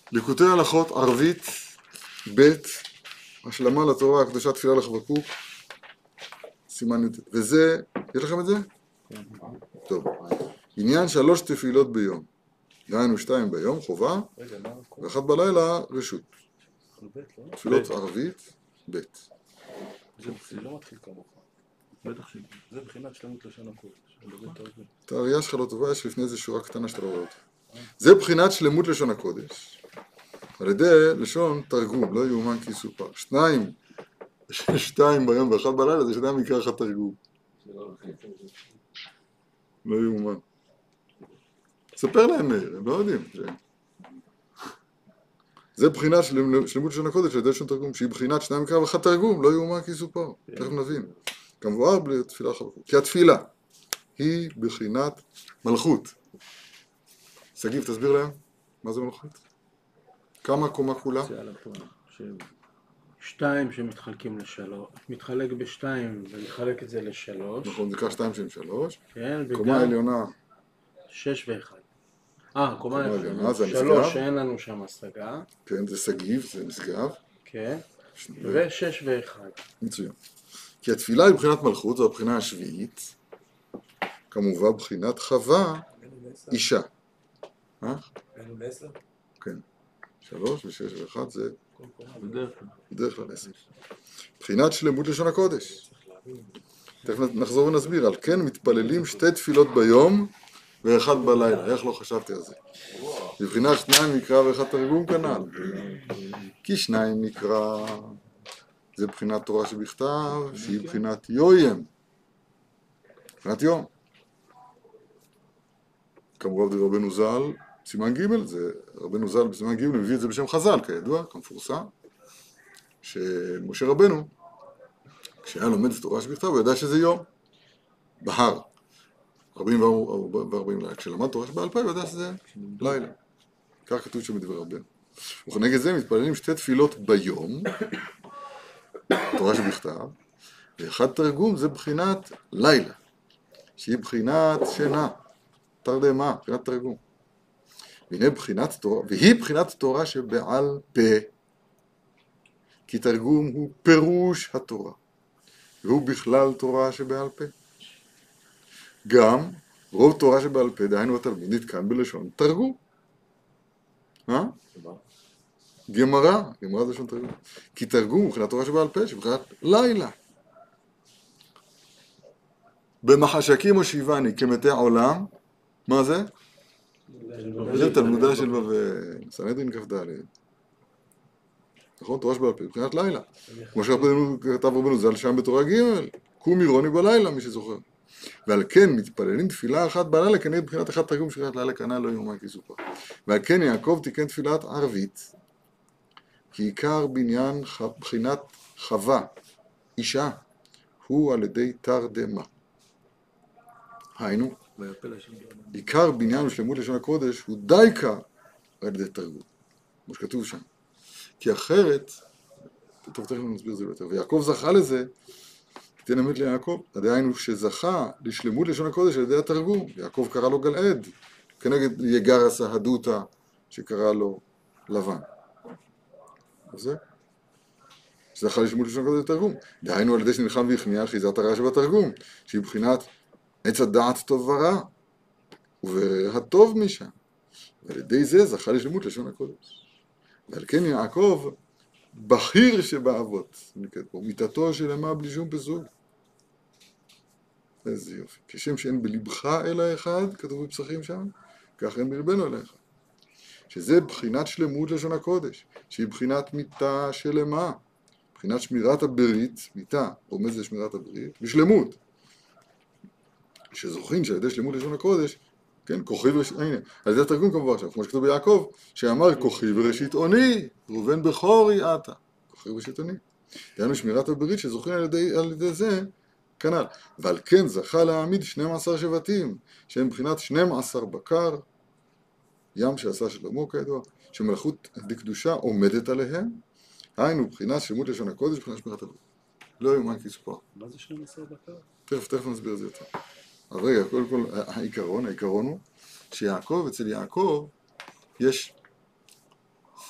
ליקוטי הלכות ערבית ב' השלמה לתורה הקדושה תפילה לחבקוק סימן י"ט. וזה, יש לכם את זה? טוב. עניין 3 תפילות ביום. דהיינו 2 ביום, חובה, ו1 בלילה, רשות. תפילות ערבית ב'. זה לא מתחיל כמוך. בטח שלי. זה בחינת שלמות לשון הקודש. את הראייה שלך לא טובה, יש לפני איזה שורה קטנה שאתה לא רואה אותה. זה בחינת שלמות לשון הקודש. על ידי לשון תרגום, לא יאומן כי יסופר. 2 ביום ו1 בלילה, זה שני מקרא אחד תרגום. לא יאומן. ספר להם מאיר, הם לא יודעים. זה בחינת שלמות לשון הקודש על ידי לשון תרגום, שהיא בחינת 2 מקרא ו1 תרגום, לא יאומן כי יסופר. תכף נבין. כמבואר בלי תפילה חבקוק. כי התפילה היא בחינת מלכות. סגיב, תסביר להם מה זה מלכות? כמה קומה כולה? 2 שמתחלקים לשלוש, מתחלק ב2 ומתחלק את זה ל3. נכון, זה כך 2 שהם 3. כן, קומה עליונה 6 ו1. קומה עליונה זה 3 המשגב. שאין לנו שם השגה. כן, זה סגיב, זה משגב. כן, ו6 ו1. מצוין. כי התפילה היא בחינת מלכות, זו הבחינה השביעית. כמובן בחינת חווה, אישה. היינו ל10? כן. 3 ו6 ו1 זה בדרך כלל 10. בחינת שלמות לשון הקודש. תכף נחזור ונסביר. על כן מתפללים 2 תפילות ביום ו1 בלילה. איך לא חשבתי על זה? בבחינת 2 מקרא ו1 תרגום כנ"ל. כי 2 מקרא זה בחינת תורה שבכתב, שהיא בחינת יוים. בחינת יום. כמובן זה רבנו ז"ל, סימן ג' זה רבנו ז"ל בסימן ג' מביא את זה בשם חז"ל, כידוע, כמפורסם, שמשה רבנו, כשהיה לומד את תורה שבכתב, הוא ידע שזה יום, בהר, 40 ו-40 לילה. כשלמד תורה שבעל פה, הוא ידע שזה לילה. כך כתוב שם בדברי רבנו. וכנגד זה מתפללים 2 תפילות ביום, תורה שבכתב, ו1 תרגום זה בחינת לילה, שהיא בחינת שינה, תרדמה, בחינת תרגום. והנה בחינת תורה, והיא בחינת תורה שבעל פה, כי תרגום הוא פירוש התורה, והוא בכלל תורה שבעל פה. גם רוב תורה שבעל פה, דהיינו התלמוד, נתקן בלשון תרגום. גמרא זה לשון תרגום. כי תרגום הוא בחינת תורה שבעל פה, שבחינת לילה. במחשכים או שיבני כמתי עולם, מה זה? זה תלמודה של בבל, סנהדרין כ"ד. נכון? תורה שבעל פה, מבחינת לילה. כמו שכתב רבנו ז"ל שם בתורה ג', קום עירוני בלילה, מי שזוכר. ועל כן מתפללים תפילה אחת בלילה, כנגד בחינת 1 תרגום שבחינת לילה כנ"ל לא יאומן כי יסופר. ועל כן יעקב תיקן תפילת ערבית, כי עיקר בניין בחינת חווה, אישה, הוא על ידי תרדמה. היינו, עיקר בניין ושלמות לשון הקודש הוא דייקה על ידי תרגום, כמו שכתוב שם. כי אחרת, טוב, תכף נסביר זה יותר, ויעקב זכה לזה, תתן אמת ליעקב, דהיינו שזכה לשלמות לשון הקודש על ידי התרגום. יעקב קרא לו גלעד, כנגד יגרס ההדותא שקרא לו לבן. וזה? שזכה לשלמות לשון הקודש בתרגום. דהיינו על ידי שנלחם והכניע אחיזת הרע שבתרגום, שהיא בחינת עץ הדעת טוב ורע, והטוב משם. ועל ידי זה זכה לשלמות לשון הקודש. ועל כן יעקב בכיר שבאבות, מיתתו שלמה בלי שום פסול. איזה יופי. כשם שאין בלבך אלא אחד, כתוב בפסחים שם, כך אין בלבנו אלא אחד. שזה בחינת שלמות לשון הקודש, שהיא בחינת מיתה שלמה, בחינת שמירת הברית, מיתה, רומז לשמירת הברית, בשלמות. שזוכרים שעל ידי שלמות לשון הקודש, כן, כוחי וראשית, הנה, על ידי התרגום כמובן עכשיו, כמו שכתוב ביעקב, שאמר כוחי וראשית עוני, ראובן בכורי אתה, כוחי וראשית עוני. דהיינו שמירת הברית שזוכרים על ידי זה, כנ"ל. ועל כן זכה להעמיד 12 שבטים, שהם מבחינת 12 בקר, ים שעשה שלמה כידוע, שמלכות דקדושה עומדת עליהם, היינו בחינת שלמות לשון הקודש, בחינת שמירת הברית. לא יאומן כי יסופר. מה זה 12 בקר? תכף נסביר את זה יותר. אז רגע, קודם כל, העיקרון הוא שיעקב, אצל יעקב יש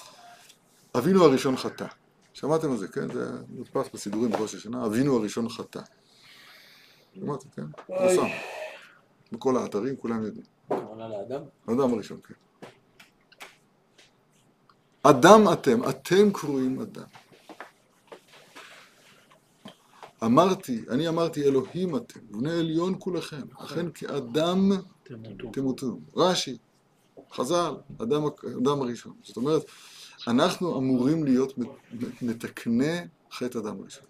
אבינו הראשון חטא. שמעתם על זה, כן? זה מודפס בסידורים בראש השנה, אבינו הראשון חטא. שמעתם, כן? פורסם. בכל האתרים כולם יודעים. עונה לאדם? האדם הראשון, כן. אדם אתם קרואים אדם. אני אמרתי אלוהים אתם, בני עליון כולכם, אכן כאדם תמותו. רש"י, חז"ל, אדם הראשון. זאת אומרת, אנחנו אמורים להיות מתקני חטא אדם הראשון.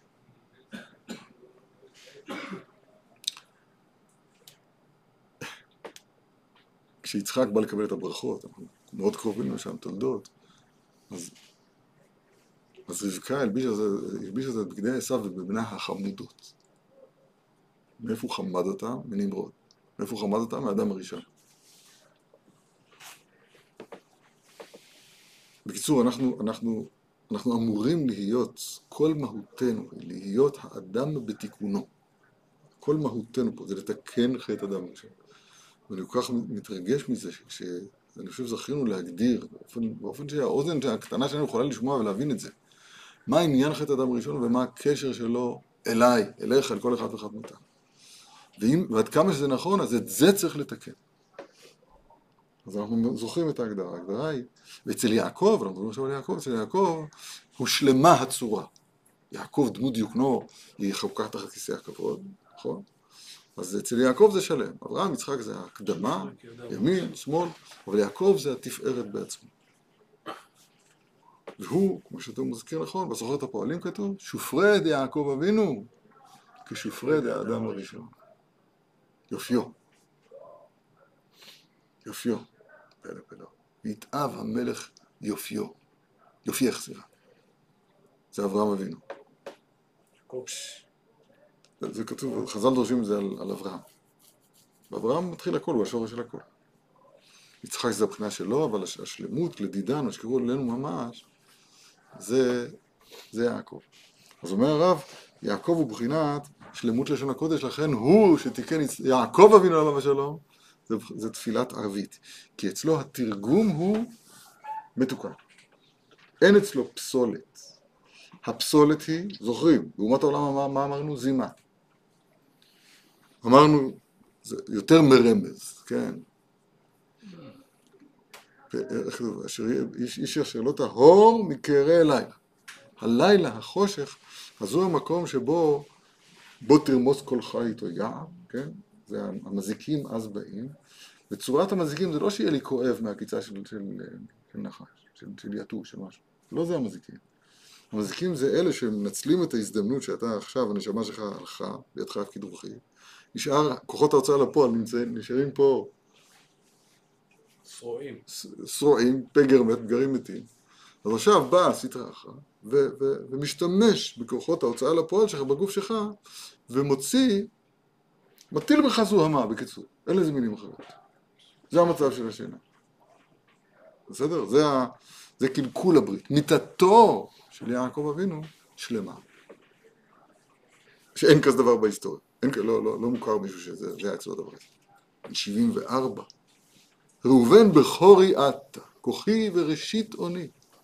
כשיצחק בא לקבל את הברכות, אנחנו מאוד קרובים לשם תולדות, אז רבקה הלביש את בגדי עשיו ובבנה החמודות. מאיפה הוא חמד אותה? מנמרוד. מאיפה הוא חמד אותה? מהאדם הראשון. בקיצור, אנחנו אמורים להיות, כל מהותנו, להיות האדם בתיקונו. כל מהותנו פה, זה לתקן חטא אדם הראשון. ואני כל כך מתרגש מזה, שאני חושב זכינו להגדיר, באופן שהאוזן הקטנה שלנו יכולה לשמוע ולהבין את זה. מה העניין חטא אדם הראשון ומה הקשר שלו אליי, אליך, אל כל אחד ואחד מאיתנו. ועד כמה שזה נכון, אז את זה צריך לתקן. אז אנחנו זוכרים את ההגדרה. ההגדרה היא, ואצל יעקב, אנחנו מדברים עכשיו על יעקב, אצל יעקב הוא שלמה הצורה. יעקב דמות דיוקנו היא חוקה תחת כיסא הכבוד, נכון? אז אצל יעקב זה שלם. אברהם, יצחק זה הקדמה, ימין, שמאל, אבל יעקב זה התפארת בעצמו. והוא, כמו שאתם מזכיר נכון, בסוכרת הפועלים כתוב, שופרד יעקב אבינו, כשופרד האדם הראשון. יופיו. יופיו. פלא פלא. יתאב המלך יופיו. יופייך, סליחה. זה אברהם אבינו. זה כתוב, חז"ל דורשים את זה על אברהם. באברהם מתחיל הכל, הוא השורש של הכל. יצחק זה הבחינה שלו, אבל השלמות, לדידן, מה שקראו אלינו ממש, זה יעקב. אז אומר הרב, יעקב הוא בחינת שלמות לשון הקודש, לכן הוא שתיקן יעקב אבינו עליו השלום, זה תפילת ערבית. כי אצלו התרגום הוא מתוקן. אין אצלו פסולת. הפסולת היא, זוכרים, באומת העולם מה אמרנו? זימה. אמרנו, זה יותר מרמז, כן? איש אשר לא טהור מקרא לילה. הלילה, החושך, אז זהו המקום שבו תרמוס כל חית או יער, כן? זה המזיקים אז באים. וצורת המזיקים זה לא שיהיה לי כואב מהקיצה של נחש, של יתוש, של משהו. לא זה המזיקים. המזיקים זה אלה שמנצלים את ההזדמנות שאתה עכשיו, הנשמה שלך הלכה, בידך הפקיד רוחי. נשאר, כוחות ההוצאה לפועל נשארים פה שרועים, פגר מת, פגרים מתים. אז עכשיו בא הסטרא אחרא ומשתמש בכוחות ההוצאה לפועל שלך, בגוף שלך, מטיל בך זוהמה, בקיצור. אין לזה מילים אחרות. זה המצב של השינה. בסדר? זה קלקול הברית. מיתתו של יעקב אבינו שלמה. שאין כזה דבר בהיסטוריה. לא מוכר מישהו שזה היה אצלו דבר הזה. 74. ראובן בכורי אתה, כוחי וראשית עוני.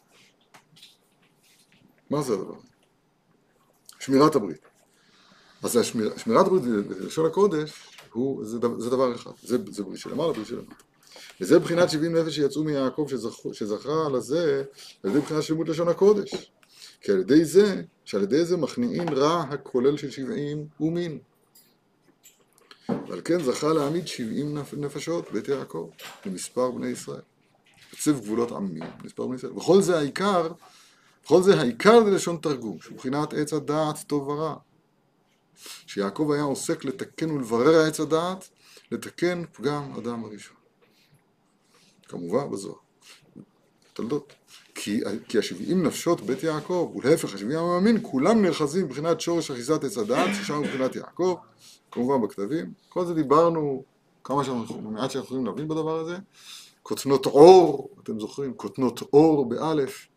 מה זה הדבר הזה? שמירת הברית. אז שמירת הברית בלשון הקודש זה דבר אחד. זה ברית של למעלה, ברית של למטה. וזה בחינת 70 נפש שיצאו מיעקב שזכרה על הזה, על ידי בחינת שלמות לשון הקודש. כי שעל ידי זה מכניעים רע הכולל של 70 ומין. ועל כן זכה להעמיד 70 נפשות בית יעקב, למספר בני ישראל. בצב גבולות עמים, למספר בני ישראל. וכל זה העיקר ללשון תרגום, שבחינת עץ הדעת טוב ורע. שיעקב היה עוסק לתקן ולברר העץ הדעת, לתקן פגם אדם הראשון. כמובן בזוהר. תולדות. כי 70 נפשות בית יעקב, ולהפך 70 המאמין, כולם נרחזים בבחינת שורש אחיזת עץ הדעת, ששם בבחינת יעקב, כמובן בכתבים. כל זה דיברנו, מעט שאנחנו יכולים להבין בדבר הזה. כותנות אור, אתם זוכרים, כותנות אור באלף,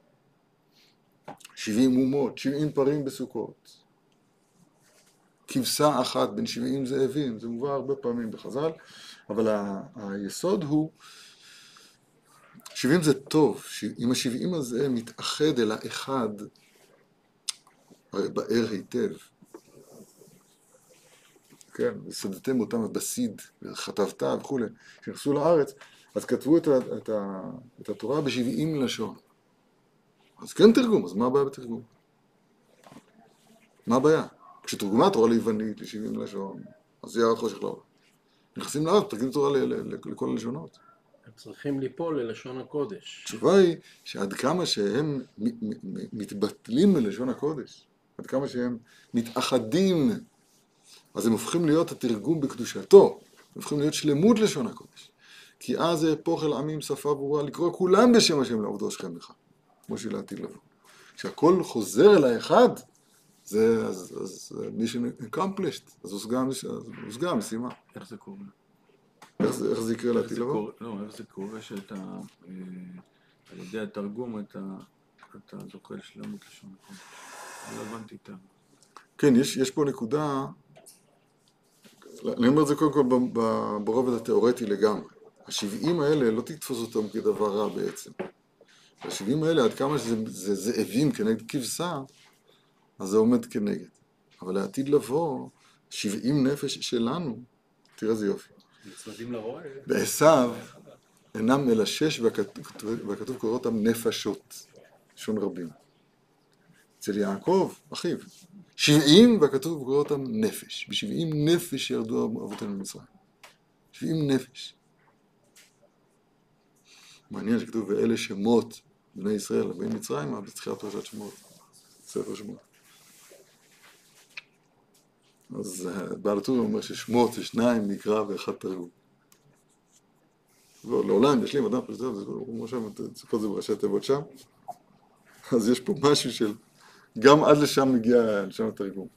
70 אומות, 70 פרים בסוכות. כבשה אחת בין 70 זאבים, זה מובא הרבה פעמים בחז"ל, אבל היסוד הוא 70 זה טוב, אם ה-70 הזה מתאחד אל האחד, הרי באר היטב. כן, וסדתם אותם בסיד, וחטבת וכו'. כשנכנסו לארץ, אז כתבו את התורה ב-70 לשון. אז כן תרגום, אז מה הבעיה בתרגום? מה הבעיה? כשתורגמה התורה ליוונית, ל-70 לשון, אז זה ירד חושך לעולם. נכנסים לארץ, תרגים תורה לכל הלשונות. הם צריכים ליפול ללשון הקודש. התשובה היא שעד כמה שהם מתבטלים מלשון הקודש, עד כמה שהם מתאחדים, אז הם הופכים להיות התרגום בקדושתו, הם הופכים להיות שלמות לשון הקודש. כי אז זה פוך אל עמים שפה ברורה, לקרוא כולם בשם השם לעובדו שכם לך, כמו שלעתיד לבוא. כשהכל חוזר אל האחד, אז mission accomplished, אז הושגה המשימה. איך זה קורה? איך זה יקרה לעתיד לבוא? לא, איך זה קורה שאתה, על ידי התרגום, אתה זוכה לשלמות לשון הקודש. לא הבנתי איתה. כן, יש פה נקודה, אני אומר את זה קודם כל ברובד התיאורטי לגמרי. ה-70 האלה לא תתפוס אותם כדבר רע בעצם. ה-70 האלה, עד כמה שזה זאבים כנגד כבשה, אז זה עומד כנגד. אבל לעתיד לבוא, 70 נפש שלנו, תראה איזה יופי. נצמדים לרועה. בעשיו אינם אלא 6, והכתוב קורא אותם נפשות, לשון רבים. אצל יעקב, אחיו, 70, והכתוב קורא אותם נפש. ב-70 נפש ירדו אבותינו ממצרים. 70 נפש. מעניין שכתוב, ואלה שמות בני ישראל לבני מצרים, בתחילת פרשת שמות, ספר שמות. אז בעל הטור אומר ששמות זה 2 נקרא ואחד תרגום. לעולם ישלים אדם פשוט, הוא אומר שם, כל זה בראשי תיבות שם, אז יש פה משהו של, גם עד לשם מגיע לשם התרגום.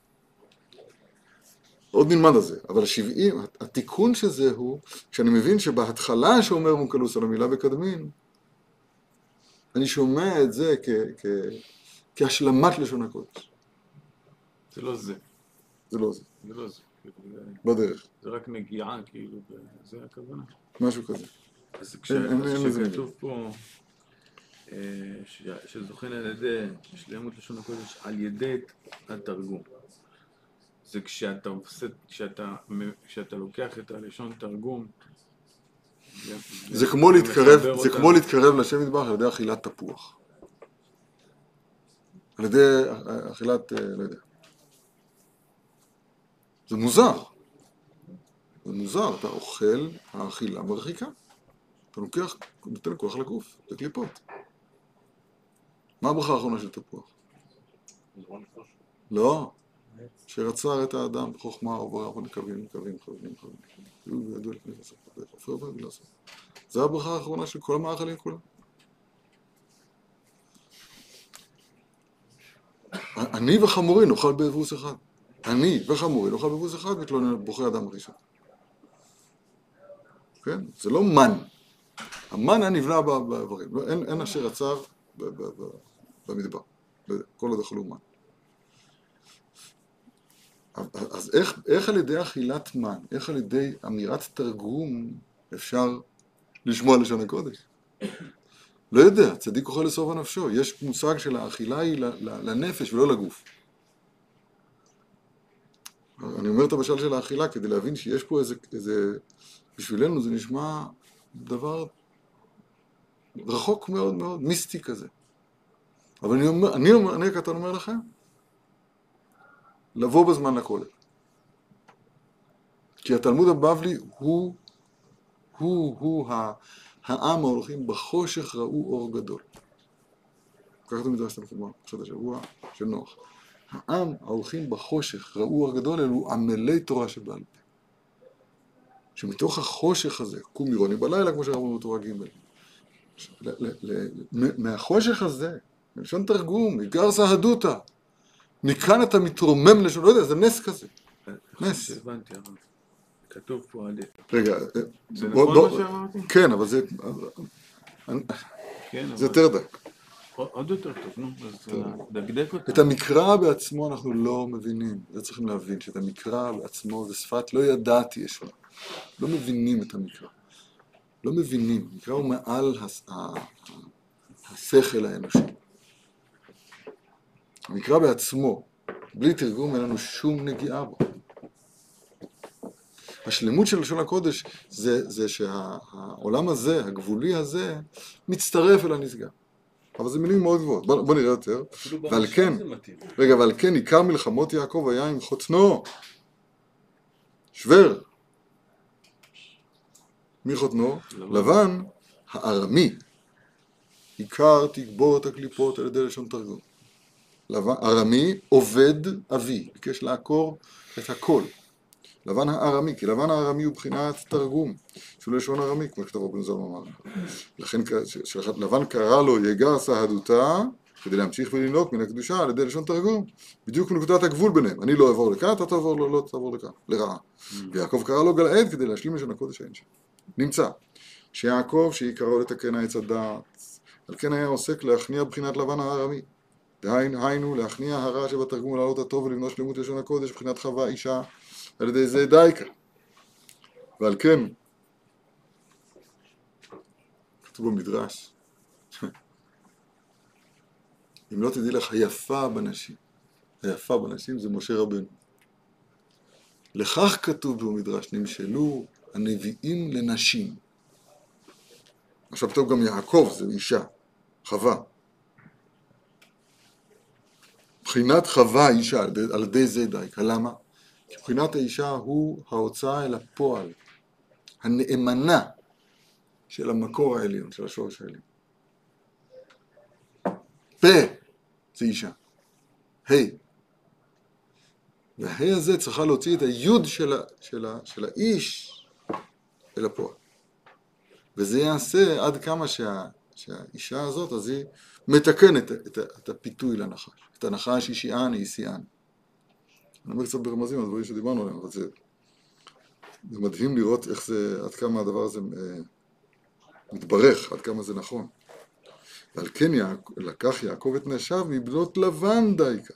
עוד נלמד על זה, אבל ה-70, התיקון שזה הוא, כשאני מבין שבהתחלה שאומר מונקלוס על המילה בקדמין, אני שומע את זה כהשלמת לשון הקודש. זה לא זה. זה לא זה. זה לא זה. בדרך. זה רק נגיעה, כאילו, זה הכוונה. משהו כזה. אז כשכתוב פה, שזוכן על ידי שלמות לשון הקודש, על ידי התרגום. זה כשאתה לוקח את הלשון תרגום, זה כמו להתקרב לשם יתברך על ידי אכילת תפוח. על ידי אכילת, לא יודע. זה מוזר. זה מוזר, אתה אוכל, האכילה מרחיקה. אתה לוקח, נותן כוח לגוף, זה קליפות. מה הברכה האחרונה של תפוח? לא. שרצה את האדם בחוכמה וברח ונקבים. הוא ידוע לפני הסוף, חופר בהם לעשות. זה הברכה האחרונה של כל המאכלים כולם. אני וחמורי נאכל באבוס אחד. אני וחמורי נאכל באבוס אחד מתלונן בוכה אדם הראשון. כן? זה לא מן. המן הנבנה באיברים. אין אשר עצר במדבר. כל עוד אכלו מן. אז איך על ידי אכילת מן, איך על ידי אמירת תרגום אפשר לשמוע לשון הקודש? לא יודע, צדיק אוכל לסוף הנפשו. יש מושג של האכילה היא לנפש ולא לגוף. אני אומר את המשל של האכילה כדי להבין שיש פה איזה בשבילנו זה נשמע דבר רחוק מאוד מאוד, מיסטי כזה. אבל אני הקטן אומר לכם, לבוא בזמן לכולל. כי התלמוד הבבלי הוא העם ההולכים בחושך ראו אור גדול. ככה זה מדרש תנחומא, פרשת השבוע של נוח. העם ההולכים בחושך ראו אור גדול, אלו עמלי תורה שבעל פה. שמתוך החושך הזה, קום עירוני בלילה, כמו שאמרנו בתורה ג', מהחושך הזה, מלשון תרגום, עיקר סהדותא, מכאן אתה מתרומם לשון, לא יודע, זה נס כזה. נס. הבנתי, אבל כתוב פה על... רגע, זה נכון מה שאמרתי? כן, אבל זה... זה יותר דק. עוד יותר טוב, נו, אז דקדק אותה. את המקרא בעצמו אנחנו לא מבינים, זה צריכים להבין, שאת המקרא בעצמו זה שפת לא ידעתי ישונה. לא מבינים את המקרא. לא מבינים, המקרא הוא מעל השכל האנושי. המקרא בעצמו, בלי תרגום אין לנו שום נגיעה בו. השלמות של לשון הקודש זה שהעולם הזה, הגבולי הזה, מצטרף אל הנשגב. אבל זה מילים מאוד גבוהות. בוא נראה יותר. ועל כן, רגע, ועל כן עיקר מלחמות יעקב היה עם חותנו. שוור. מי חותנו? לבן, הארמי. עיקר תגבור את הקליפות על ידי לשון תרגום. ארמי עובד אבי, ביקש לעקור את הכל. לבן הארמי, כי לבן הארמי הוא בחינת תרגום, שהוא לשון ארמי, כמו שכתב רבי נוזל אמר. לכן לבן קרא לו יגע סהדותה, כדי להמשיך ולנלוק מן הקדושה על ידי לשון תרגום, בדיוק בנקודת הגבול ביניהם. אני לא אעבור לכאן, אתה תעבור, לא תעבור לכאן, לרעה. ויעקב קרא לו גלעד כדי להשלים לשון הקודש האין שם. נמצא שיעקב שעיקרו לתקן העץ הדעת, על כן היה עוסק להכניע בחינת לבן הארמי. דהיינו להכניע הרע שבתרגום לעלות הטוב ולבנות שלמות לשון הקודש בחינת חווה אישה על ידי זה דייקה. ועל כן כתוב במדרש אם לא תדעי לך היפה בנשים זה משה רבנו. לכך כתוב במדרש נמשלו הנביאים לנשים. עכשיו טוב גם יעקב זה אישה, חווה. בחינת חווה אישה על ידי זה דייקה. למה? כי בחינת האישה הוא ההוצאה אל הפועל, הנאמנה של המקור העליון, של השורש העליון. פה זה אישה, היי. וההי הזה צריכה להוציא את היוד של האיש אל הפועל. וזה יעשה עד כמה שהאישה הזאת, אז היא מתקנת את הפיתוי לנחש. את הנחש אישיען, איסיען. אני אומר קצת ברמזים, הדברים שדיברנו עליהם, אבל זה מדהים לראות איך זה, עד כמה הדבר הזה מתברך, עד כמה זה נכון. ועל כן לקח יעקב את נשיו מבנות לבן דייקה.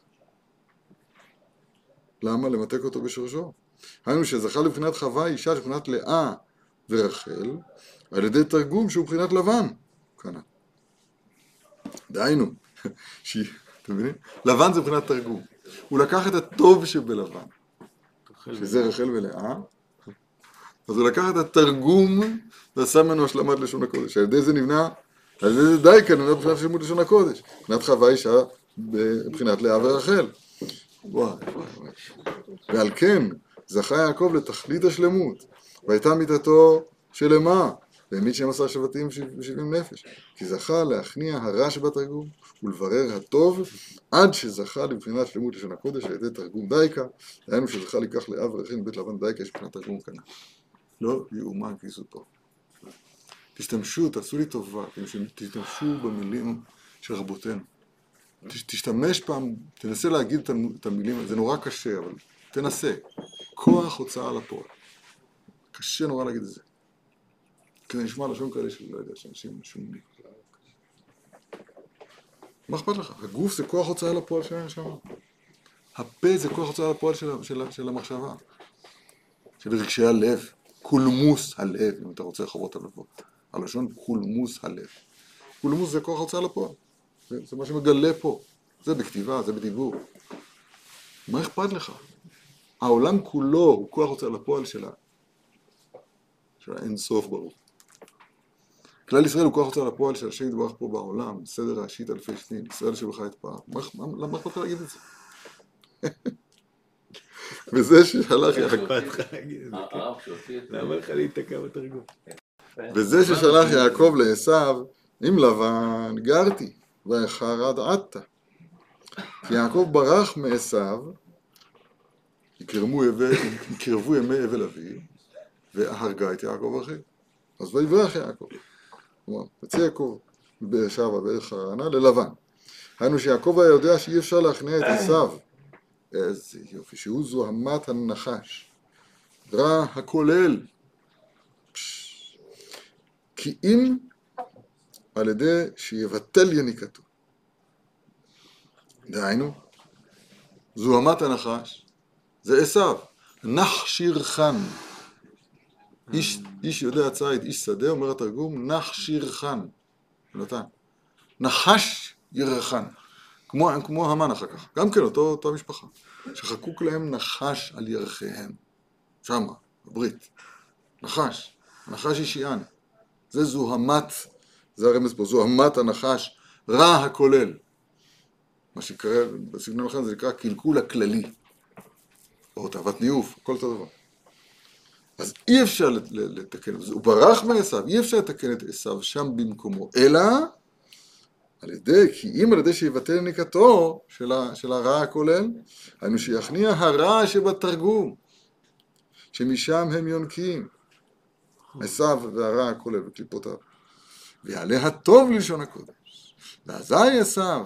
למה? למתק אותו בשורשו. היינו שזכה לבחינת חווה אישה שבחינת לאה ורחל, על ידי תרגום שהוא בחינת לבן. כאן. דהיינו, אתם מבינים? לבן זה בחינת תרגום. הוא לקח את הטוב שבלבן, שזה רחל ולאה, אז הוא לקח את התרגום ועשה ממנו השלמת לשון הקודש. על ידי זה נבנה, על ידי זה דייקה נבנה בחינת שלמות לשון הקודש. בחינת חווה אישה בבחינת לאה ורחל. וואי. ועל כן זכה יעקב לתכלית השלמות, והייתה מיתתו שלמה, והעמיד 12 שבטים ו70 נפש, כי זכה להכניע הרע שבתרגום ולברר הטוב, עד שזכה לבחינת שלמות לשון הקודש על ידי תרגום דייקה, דהיינו שזכה לקח לאה ורחל מבית לבן דייקה, יש מבחינת תרגום כנ"ל. לא יאומן כי יסופר. תשתמשו, תעשו לי טובה, תשתמשו במילים של רבותינו. תשתמש פעם, תנסה להגיד את המילים, זה נורא קשה, אבל תנסה. כוח הוצאה לפועל. קשה נורא להגיד את זה. כדי נשמע לשון כאלה שלא יודע, שאנשים משונים. מה אכפת לך? הגוף זה כוח הוצאה לפועל של הנשמה. הפה זה כוח הוצאה לפועל של המחשבה. של רגשי הלב. קולמוס הלב, אם אתה רוצה לחוות הלבות. הלשון קולמוס הלב. קולמוס זה כוח הוצאה לפועל. זה מה שמגלה פה. זה בכתיבה, זה בדיבור. מה אכפת לך? העולם כולו הוא כוח הוצאה לפועל של האין סוף ברוך. כלל ישראל הוא כוח הוצאה לפועל של השם יתברך פה בעולם, סדר ראשית אלפי שנים, ישראל שבך את פעם. למה אכפת לך להגיד את זה? וזה ששלח וזה ששלח יעקב לעשיו, עם לבן גרתי, ואחרד עתה. כי יעקב ברח מעשיו, יקרבו ימי אבל אביו, והרגה את יעקב אחיו. אז ויברח יעקב. כלומר, יצא יעקב בשבה בערך חרנה ללבן. היינו שיעקב היה יודע שאי אפשר להכניע את עשיו. איזה יופי, שהוא זוהמת הנחש. רע הכולל. כי אם על ידי שיבטל יניקתו. דהיינו, זוהמת הנחש זה עשיו. נחשיר חן. איש יודע ציד, איש שדה, אומר התרגום, נח שירחן. נתן. נחש ירחן. כמו המן אחר כך. גם כן, אותה משפחה. שחקוק להם נחש על ירחיהם. שמה, בברית. נחש. הנחש אישיאן. זה זוהמת, זה הרמז פה, זוהמת הנחש, רע הכולל. מה שקרה, בסגנון אחר זה נקרא קלקול הכללי. או תאוות ניאוף, כל אותו דבר. אז אי אפשר לתקן את זה. הוא ברח מעשיו, אי אפשר לתקן את עשיו שם במקומו, אלא כי אם על ידי שיבטל ניקתו של הרע הכולל, היינו שיכניע הרע שבתרגום, שמשם הם יונקים, עשיו והרע הכולל בקליפותיו, ויעלה הטוב ללשון הקודש, ואזי עשיו,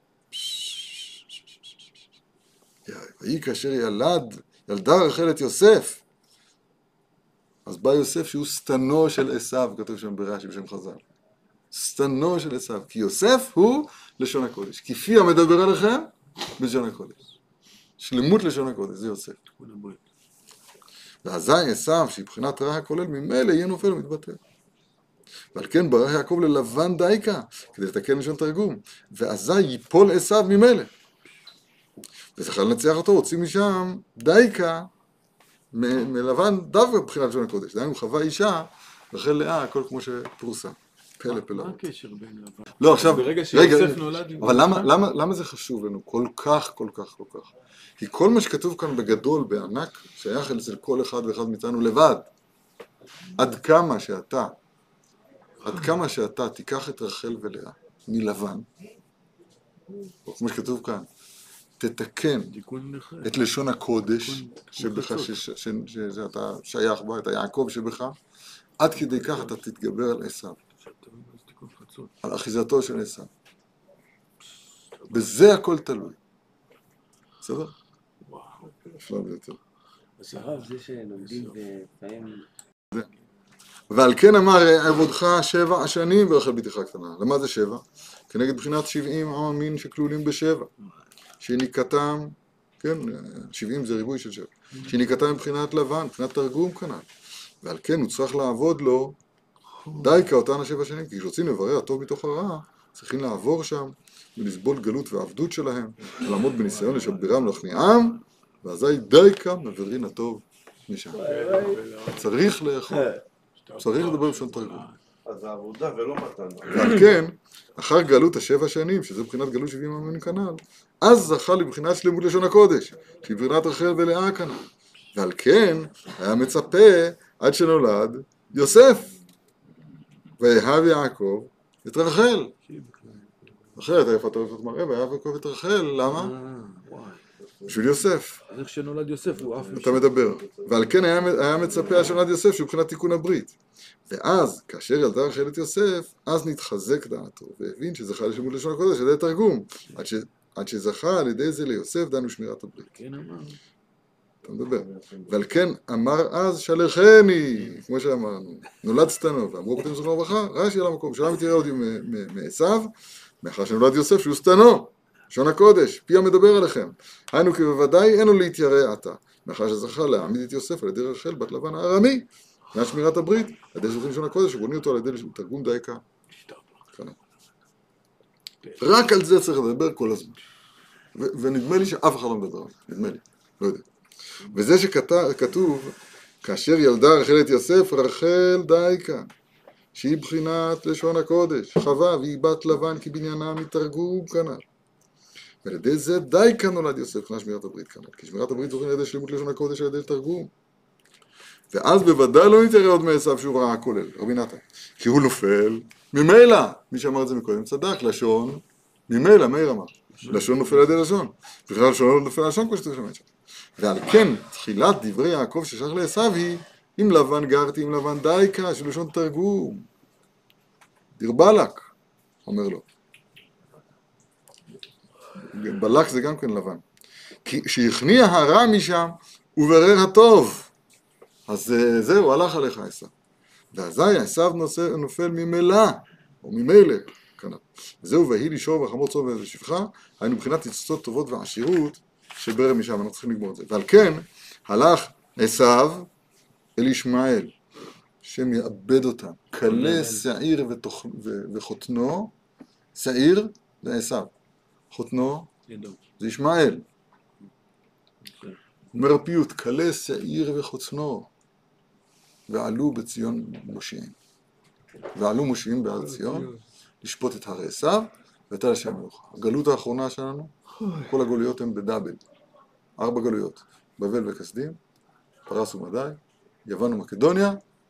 ויהי כאשר ילדה רחל את יוסף, אז בא יוסף שהוא סתנו של עשיו, כתוב שם ברש"י בשם חז"ל. סתנו של עשיו, כי יוסף הוא לשון הקודש. כפי המדבר עליכם, בלשון הקודש. שלמות לשון הקודש, זה יוסף. ואזי עשיו, שהיא בחינת רע הכולל, ממילא יהיה נופל ומתבטל. ועל כן ברח יעקב ללבן דייקה, כדי לתקן לשון תרגום. ואזי ייפול עשיו ממילא. וזכה לנצח אותו, הוציא משם דייקה, מלבן דווקא בבחינת לשון הקודש. דהיינו חווה אישה, רחל לאה, הכל כמו שפורסם. פלא. מה הקשר בין לבן? לא, עכשיו, ברגע שיוסף נולד... אבל למה זה חשוב לנו כל כך? כי כל מה שכתוב כאן בגדול, בענק, שייך אצל כל אחד ואחד מאיתנו לבד. עד כמה שאתה תיקח את רחל ולאה מלבן, או כמו שכתוב כאן, תתקן את לשון הקודש שבך, שאתה שייך בה, את היעקב שבך, עד כדי כך אתה תתגבר על עשיו, על אחיזתו של עשיו. בזה הכל תלוי. בסדר? אפשר ביותר. אז הרב, זה שלומדים ופעמים... ועל כן אמר עבודך 7 שנים ברחל בתך קטנה. למה זה 7? כנגד בחינת 70 עם המין שכלולים ב7. שניקתם, כן, 70 זה ריבוי של 7. שניקתם מבחינת לבן, מבחינת תרגום כנ"ל. ועל כן הוא צריך לעבוד לו דייקה אותן 7 שנים, כי כשרוצים לברר הטוב מתוך הרע, צריכים לעבור שם ולסבול גלות ועבדות שלהם, ולעמוד בניסיון לשברם להכניעם, ואזי דייקה מברין הטוב משם. צריך לאכול. צריך לדבר בשון תרגום. אז העבודה ולא מתנה. ועל כן, אחר גלות 7 שנים, שזה מבחינת גלות 70 המין כנ"ל, אז זכה לבחינת שלמות לשון הקודש, שהיא בחינת רחל ולאה כנ"ל. ועל כן, היה מצפה עד שנולד יוסף. ויאהב יעקב את רחל. אחרת, איפה אתה אוהב את מראה, ויאהב יעקב את רחל, למה? בשביל יוסף. איך שנולד יוסף הוא אף אתה מדבר. ועל כן היה מצפה עד שנולד יוסף, שהוא מבחינת תיקון הברית. ואז, כאשר ילדה רחל את יוסף, אז נתחזק דעתו, והבין שזכה לשמות לשון הקודש על ידי תרגום, עד שזכה על ידי זה ליוסף, דנו שמירת הברית. כן אמר. אתה מדבר. ועל כן אמר אז שלחני, כמו שאמרנו, נולד סתנו, ואמרו כתוב זכרונו לברכה, רש"י על המקום, שלם תראה אותי מעשיו, מאחר שנולד יוסף שהוא סתנו, לשון הקודש, פי המדבר עליכם. היינו כי בוודאי אין לו להתיירא עתה, מאחר שזכה להעמיד את יוסף על ידי רחל בת לבן הארמי, מעט שמירת הברית, על ידי זוכרים לשון הקודש, שבונים אותו על ידי תרגום דייקה. רק על זה צריך לדבר כל הזמן. ונדמה לי שאף אחד לא מדבר על זה, נדמה לי, לא יודע. וזה שכתוב, כאשר ילדה רחל את יוסף, רחל דייקה, שהיא בחינת לשון הקודש, חווה, והיא בת לבן כבניינה מתרגום כנ"ל. ועל ידי זה דייקה נולד יוסף, כנ"ל שמירת הברית כנ"ל. כי שמירת הברית זוכרים על ידי שלמות לשון הקודש על ידי תרגום. ואז בוודאי לא נתראה עוד מעשיו שהוא רע הכולל, רבי נתן. כי הוא נופל ממילא, מי שאמר את זה מקודם, צדק, לשון, ממילא, מאיר אמר. לשון נופל על ידי לשון. בכלל לשון לא נופל על לשון כמו שצריך למת שם. ועל כן, תחילת דברי יעקב ששייך לעשיו היא, עם לבן גרתי, עם לבן דייקה, של לשון תרגום. דיר בלק, אומר לו. בלק זה גם כן לבן. כי שהכניע הרע משם, וברר הטוב. אז זהו, הלך עליך עשיו. ואזי עשיו נופל ממילא, או ממילא, כנ"ל. וזהו, והיא לישור וחמור צום ושפחה, היינו מבחינת עצות טובות ועשירות, שברר משם, אנחנו צריכים לגמור את זה. ועל כן, הלך עשיו אל ישמעאל, השם יאבד אותם. קלה שעיר וחותנו, שעיר זה עשיו, חותנו זה ישמעאל. אומר הפיוט, קלה שעיר וחותנו, ועלו בציון מושיעים. ועלו מושיעים בהר ציון, לשפוט את הר עשיו, ותל השם מלוכה. הגלות האחרונה שלנו, כל הגלויות הן בדאבל. 4 גלויות, בבל וכסדים, פרס ומדי, יוון ומקדוניה,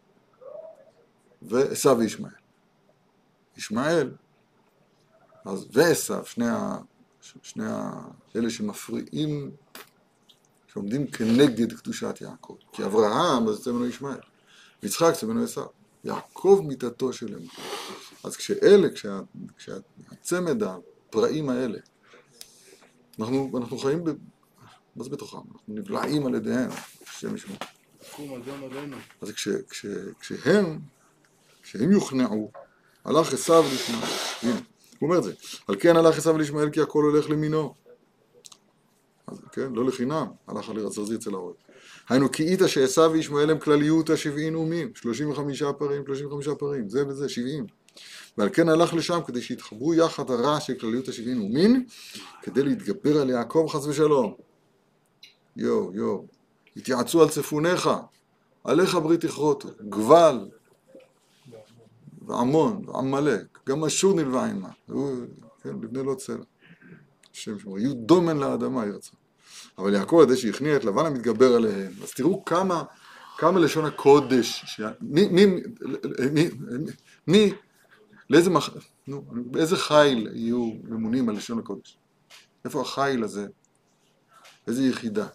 ועשיו וישמעאל. ישמעאל, אז ועשיו, שני אלה שמפריעים, שעומדים כנגד קדושת יעקב. כי אברהם, אז יצא ממנו ישמעאל. ויצחק יצא ממנו עשיו. יעקב מיתתו של אמונה. אז כשהצמד הפראים האלה, אנחנו חיים מה זה בתוכם? אנחנו נבלעים על ידיהם, השם ישמעו. אז כשהם יוכנעו, הלך עשיו לישמעאל. הנה, הוא אומר את זה. על כן הלך עשיו לישמעאל כי הכל הולך למינו. אז כן, לא לחינם, הלך על הזרזיר אצל העורב. היינו כי איתה שעשיו וישמעאל הם כלליות ה-70 נאומים, 35 פרים, זה וזה, 70. ועל כן הלך לשם כדי שיתחברו יחד הרע של כלליות ה-70 נאומים, כדי להתגבר על יעקב חס ושלום. יו, התייעצו על צפוניך, עליך ברית יכרותו, גבל, ועמון, ועמלק, גם אשור נלווה עמה, כן, לבני לא צלע. השם שמו, יהיו דומן לאדמה ירצה. אבל יעקב עד שהכניע את לבן המתגבר עליהם. אז תראו כמה לשון הקודש, באיזה חיל יהיו ממונים על לשון הקודש? איפה החיל הזה? איזה יחידה?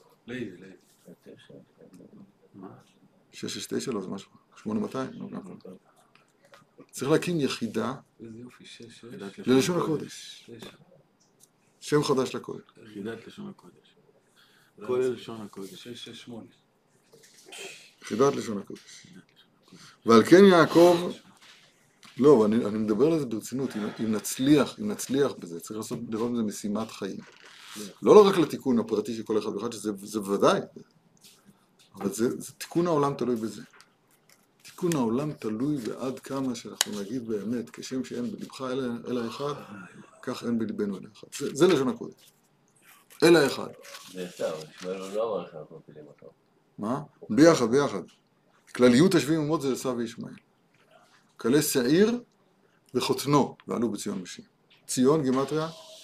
669 לא, זה משהו. 8200? צריך להקים יחידה ללשון הקודש. שם חדש לקודש. יחידת לשון הקודש. כל לשון הקודש. 668. יחידת לשון הקודש. ועל כן יעקב, לא, אני מדבר על זה ברצינות, אם נצליח בזה, צריך לראות בזה משימת חיים. לא רק לתיקון הפרטי של כל אחד ואחד, שזה בוודאי, אבל תיקון העולם תלוי בזה. תיקון העולם תלוי ועד כמה שאנחנו נגיד באמת, כשם שאין בלבך אלא אחד, כך אין בלבנו אלא אחד. זה לשון הקודש. אלא אחד. זה יצא, אבל ישמעאל לא אמר איך אנחנו מפילים אותו. מה? ביחד. כלליות ה-70 אומות זה עשיו וישמעאל. קלה שעיר וחותנו, ועלו בציון משיעים. ציון, גימטריה,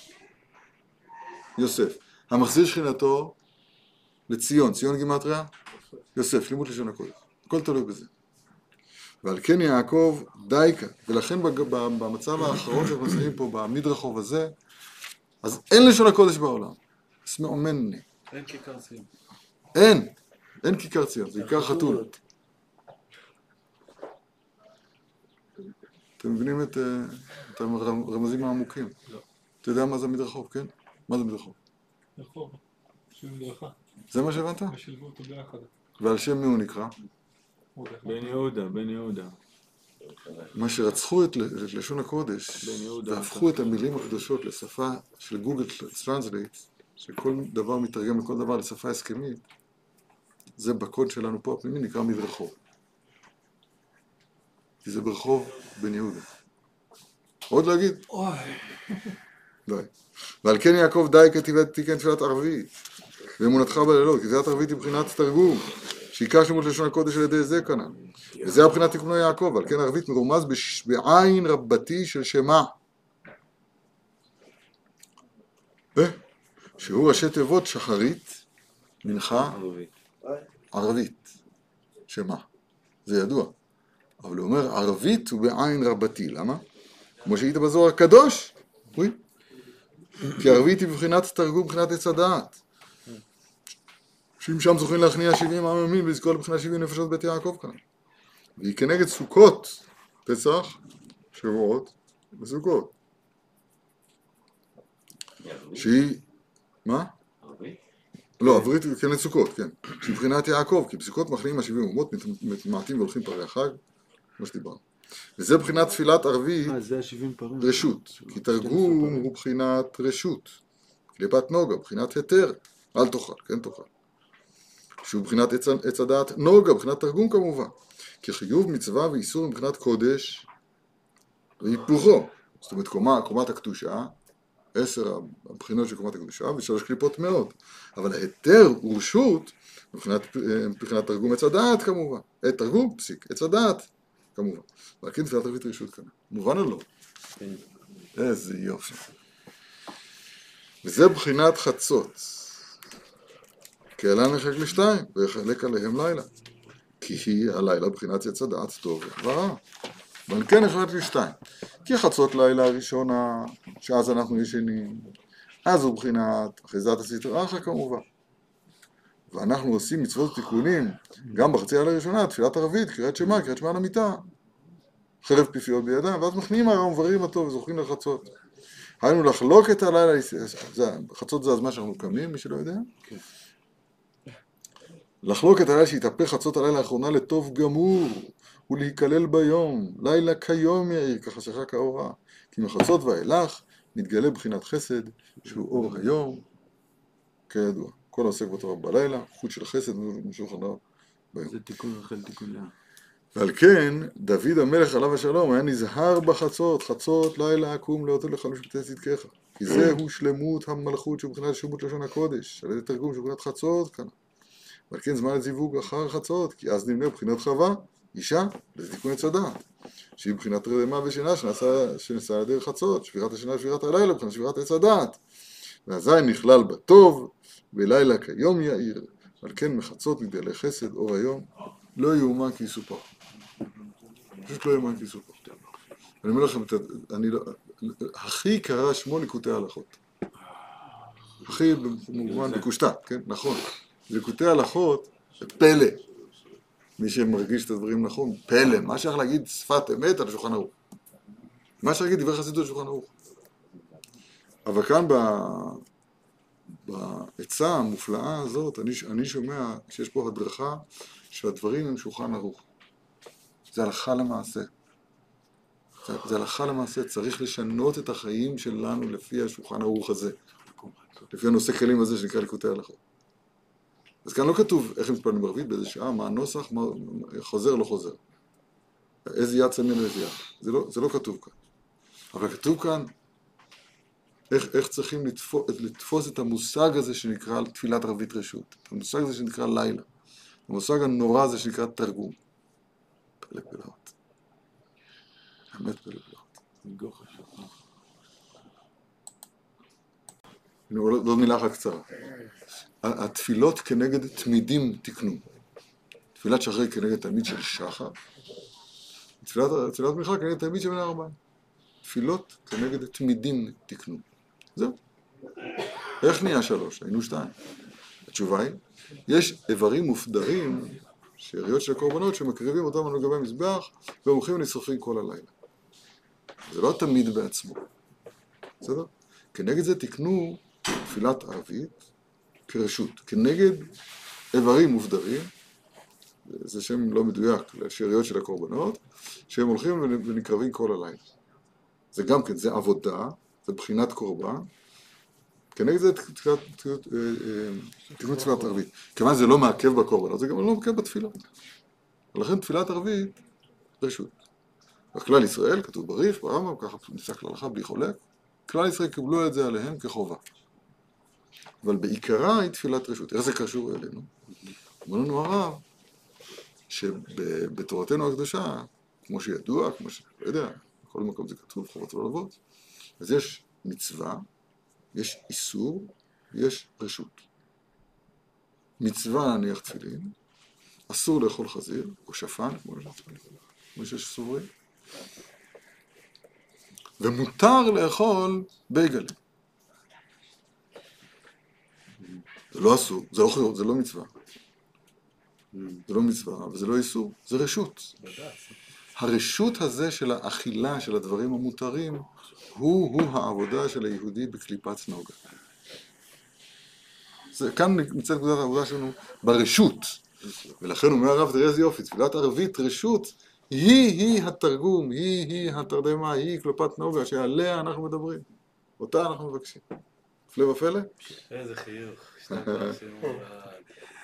יוסף. המחזיר שכינתו לציון. ציון גימטריה, יוסף. לימוד לשון הקודש. הכל תלוי בזה. ועל כן יעקב דייקה. ולכן במצב האחרון שאנחנו נמצאים פה, במדרחוב הזה, אז אין לשון הקודש בעולם. סמאומני. אין כיכר ציון. אין כיכר ציון, זה עיקר חתול. אתם מבינים את הרמזים העמוקים? לא. אתה יודע מה זה מדרחוב, כן? מה זה מדרחוב? מדרחוב, שם מדרכה. זה מה שהבנת? ושילבו אותו ביחד. ועל שם מי הוא נקרא? בן יהודה. מה שרצחו את לשון הקודש, והפכו את המילים הקדושות לשפה של גוגל טרנסלייט, שכל דבר מתרגם לכל דבר לשפה הסכמית, זה בקוד שלנו פה הפנימי נקרא מדרחוב. כי זה ברחוב בן יהודה. עוד להגיד? די. ועל כן יעקב די תיקן תפילת ערבית, ואמונתך בלילות, כי תפילת ערבית היא בחינת תרגום, שעיקר שלמות לשון הקודש על ידי זה כנ"ל. וזה הבחינת תיקונו יעקב, על כן ערבית מרומז בעין רבתי של שמה. שהוא ראשי תיבות שחרית, מנחה, ערבית. שמה? זה ידוע. אבל הוא אומר, ערבית הוא בעין רבתי. למה? כמו שהיית בזוהר הקדוש. כי ערבית היא בבחינת תרגום, בבחינת עץ הדעת. שאם שם זוכים להכניע 70 עם ימין ולזכור לבחינת 70 נפשות בית יעקב כאן. והיא כנגד סוכות, פסח, שבועות וסוכות. שהיא, מה? ערבית? לא, עברית היא כנגד סוכות, כן. שהיא בחינת יעקב, כי בסוכות מכניעים 70 אומות, מתמעטים והולכים פרי החג, כמו שדיברנו. וזה בחינת תפילת ערבית זה ה-70 פרים. רשות, כי תרגום הוא בחינת רשות. קליפת נוגה, בחינת היתר, אל תאכל, כן תאכל. שהוא בחינת עץ הדעת נוגה, בחינת תרגום כמובן. כחיוב מצווה ואיסור מבחינת קודש והיפוכו. זאת אומרת, קומת הקדושה, 10 הבחינות של קומת הקדושה ו3 קליפות טמאות. אבל ההיתר ורשות, מבחינת תרגום עץ הדעת כמובן. תרגום, פסיק, עץ הדעת כמובן. ועל כן תפילת ערבית רשות כאן. מובן או לא? איזה יופי. וזה בחינת חצות. כי עלה נחלק לשתיים, ויחלק עליהם לילה. כי היא הלילה בחינת עץ הדעת טוב ורע. אבל כן נחלק לשתיים. כי חצות לילה הראשונה, שאז אנחנו ישנים, אז הוא בחינת אחיזת הסטרא אחרא כמובן. ואנחנו עושים מצוות תיקונים, גם בחצי הלילה הראשונה, תפילת ערבית, קריאת שמע על המיטה, חרב פיפיות בידיים, ואז מכניעים הרע ומבררים אותו וזוכרים לחצות. היינו לחלוק את הלילה, חצות זה הזמן שאנחנו קמים, מי שלא יודע? כן. לחלוק את הלילה שיתהפך חצות הלילה האחרונה לטוב גמור, ולהיכלל ביום, לילה כיום יאיר, ככה שחק האורה. כי מחצות ואילך מתגלה בחינת חסד, שהוא אור היום, כידוע. כל העוסק בתורה בלילה, חוט של חסד, משולחנו ביום. זה תיקון רחל תיקון לאה. ועל כן, דוד המלך עליו השלום היה נזהר בחצות, חצות לילה אקום לאותו לחלוש בתי צדקך. כי זהו שלמות המלכות שבחינת שלמות לשון הקודש, על ידי תרגום שבחינת חצות כאן. ועל כן זמן לזיווג אחר חצות, כי אז נמנה בחינת חווה, אישה, לזה תיקון עץ הדעת. שהיא בחינת רדמה ושינה שנעשה על דרך חצות, שבירת השינה ושבירת הלילה, בחינת שבירת עץ הדעת. ואזי נכלל בטוב, ולילה כיום יאיר. ועל כן מחצות מתגלה חסד, אור היום, לא יאומן כי יסופר. פשוט לא יאומן כי יסופר. אני אומר לכם, הכי קרה 8 ליקוטי הלכות. הכי במובן בקושטה, כן? נכון. ליקוטי הלכות זה פלא. מי שמרגיש את הדברים נכון, פלא. מה שייך להגיד שפת אמת על השולחן ערוך. מה שייך להגיד דברי חסידות על השולחן ערוך. אבל כאן בעצה המופלאה הזאת, אני שומע שיש פה הדרכה שהדברים הם שולחן ערוך. זה הלכה למעשה. זה הלכה למעשה. צריך לשנות את החיים שלנו לפי השולחן ערוך הזה. לפי הנושא כלים הזה שנקרא ליקוטי הלכות. אז כאן לא כתוב איך מתפללים בערבית, באיזה שעה, מה הנוסח, מה חוזר לא חוזר. איזה יד שמים ואיזה יד. זה לא כתוב כאן. אבל כתוב כאן איך צריכים לתפוס את המושג הזה שנקרא תפילת ערבית רשות. המושג הזה שנקרא לילה. המושג הנורא הזה שנקרא תרגום. פלא פלאות. באמת פלא פלאות. הנה עוד מילה אחת קצרה. התפילות כנגד תמידים תקנו. תפילת שחרית כנגד תלמיד של שחר. תפילת מנחה כנגד תלמיד של בני 4. תפילות כנגד תמידים תקנו. זהו. איך נהיה 3? היינו 2. התשובה היא, יש איברים מופדרים, שאריות של הקורבנות, שמקריבים אותם על גבי המזבח, והולכים ונשרפים כל הלילה. זה לא תמיד בעצמו. בסדר? כנגד זה תקנו תפילת ערבית כרשות. כנגד איברים מופדרים, זה שם לא מדויק לשאריות של הקורבנות, שהם הולכים ונקרבים כל הלילה. זה גם כן, זה עבודה, זה בחינת קורבן, כנגד זה תקנו תפילת ערבית. כיוון זה לא מעכב בקורבנות, זה גם לא מעכב בתפילה. ולכן תפילת ערבית רשות. בכלל ישראל, כתוב בריף, ברמב"ם, ככה נפסק להלכה בלי חולק, כלל ישראל קיבלו את זה עליהם כחובה. אבל בעיקרה היא תפילת רשות. איך זה קשור אלינו? אומר לנו הרב, שבתורתנו הקדושה, כמו שידוע, כמו שלא יודע, בכל מקום זה כתוב, חובות ולבבות, אז יש מצווה, יש איסור, יש רשות. מצווה נניח תפילין, אסור לאכול חזיר, או שפן, כמו שיש סוברים, ומותר לאכול בייגלה. זה לא אסור, זה לא מצווה. זה לא מצווה, וזה לא איסור, זה רשות. הרשות הזה של האכילה של הדברים המותרים, הוא העבודה של היהודי בקליפת נוגה. כאן נמצאת נקודת העבודה שלנו ברשות. ולכן אומר הרב, תראה איזה יופי, תפילת ערבית רשות, היא התרגום, היא התרדמה, היא קליפת נוגה שעליה אנחנו מדברים. אותה אנחנו מבקשים. הפלא ופלא? איזה חיוך.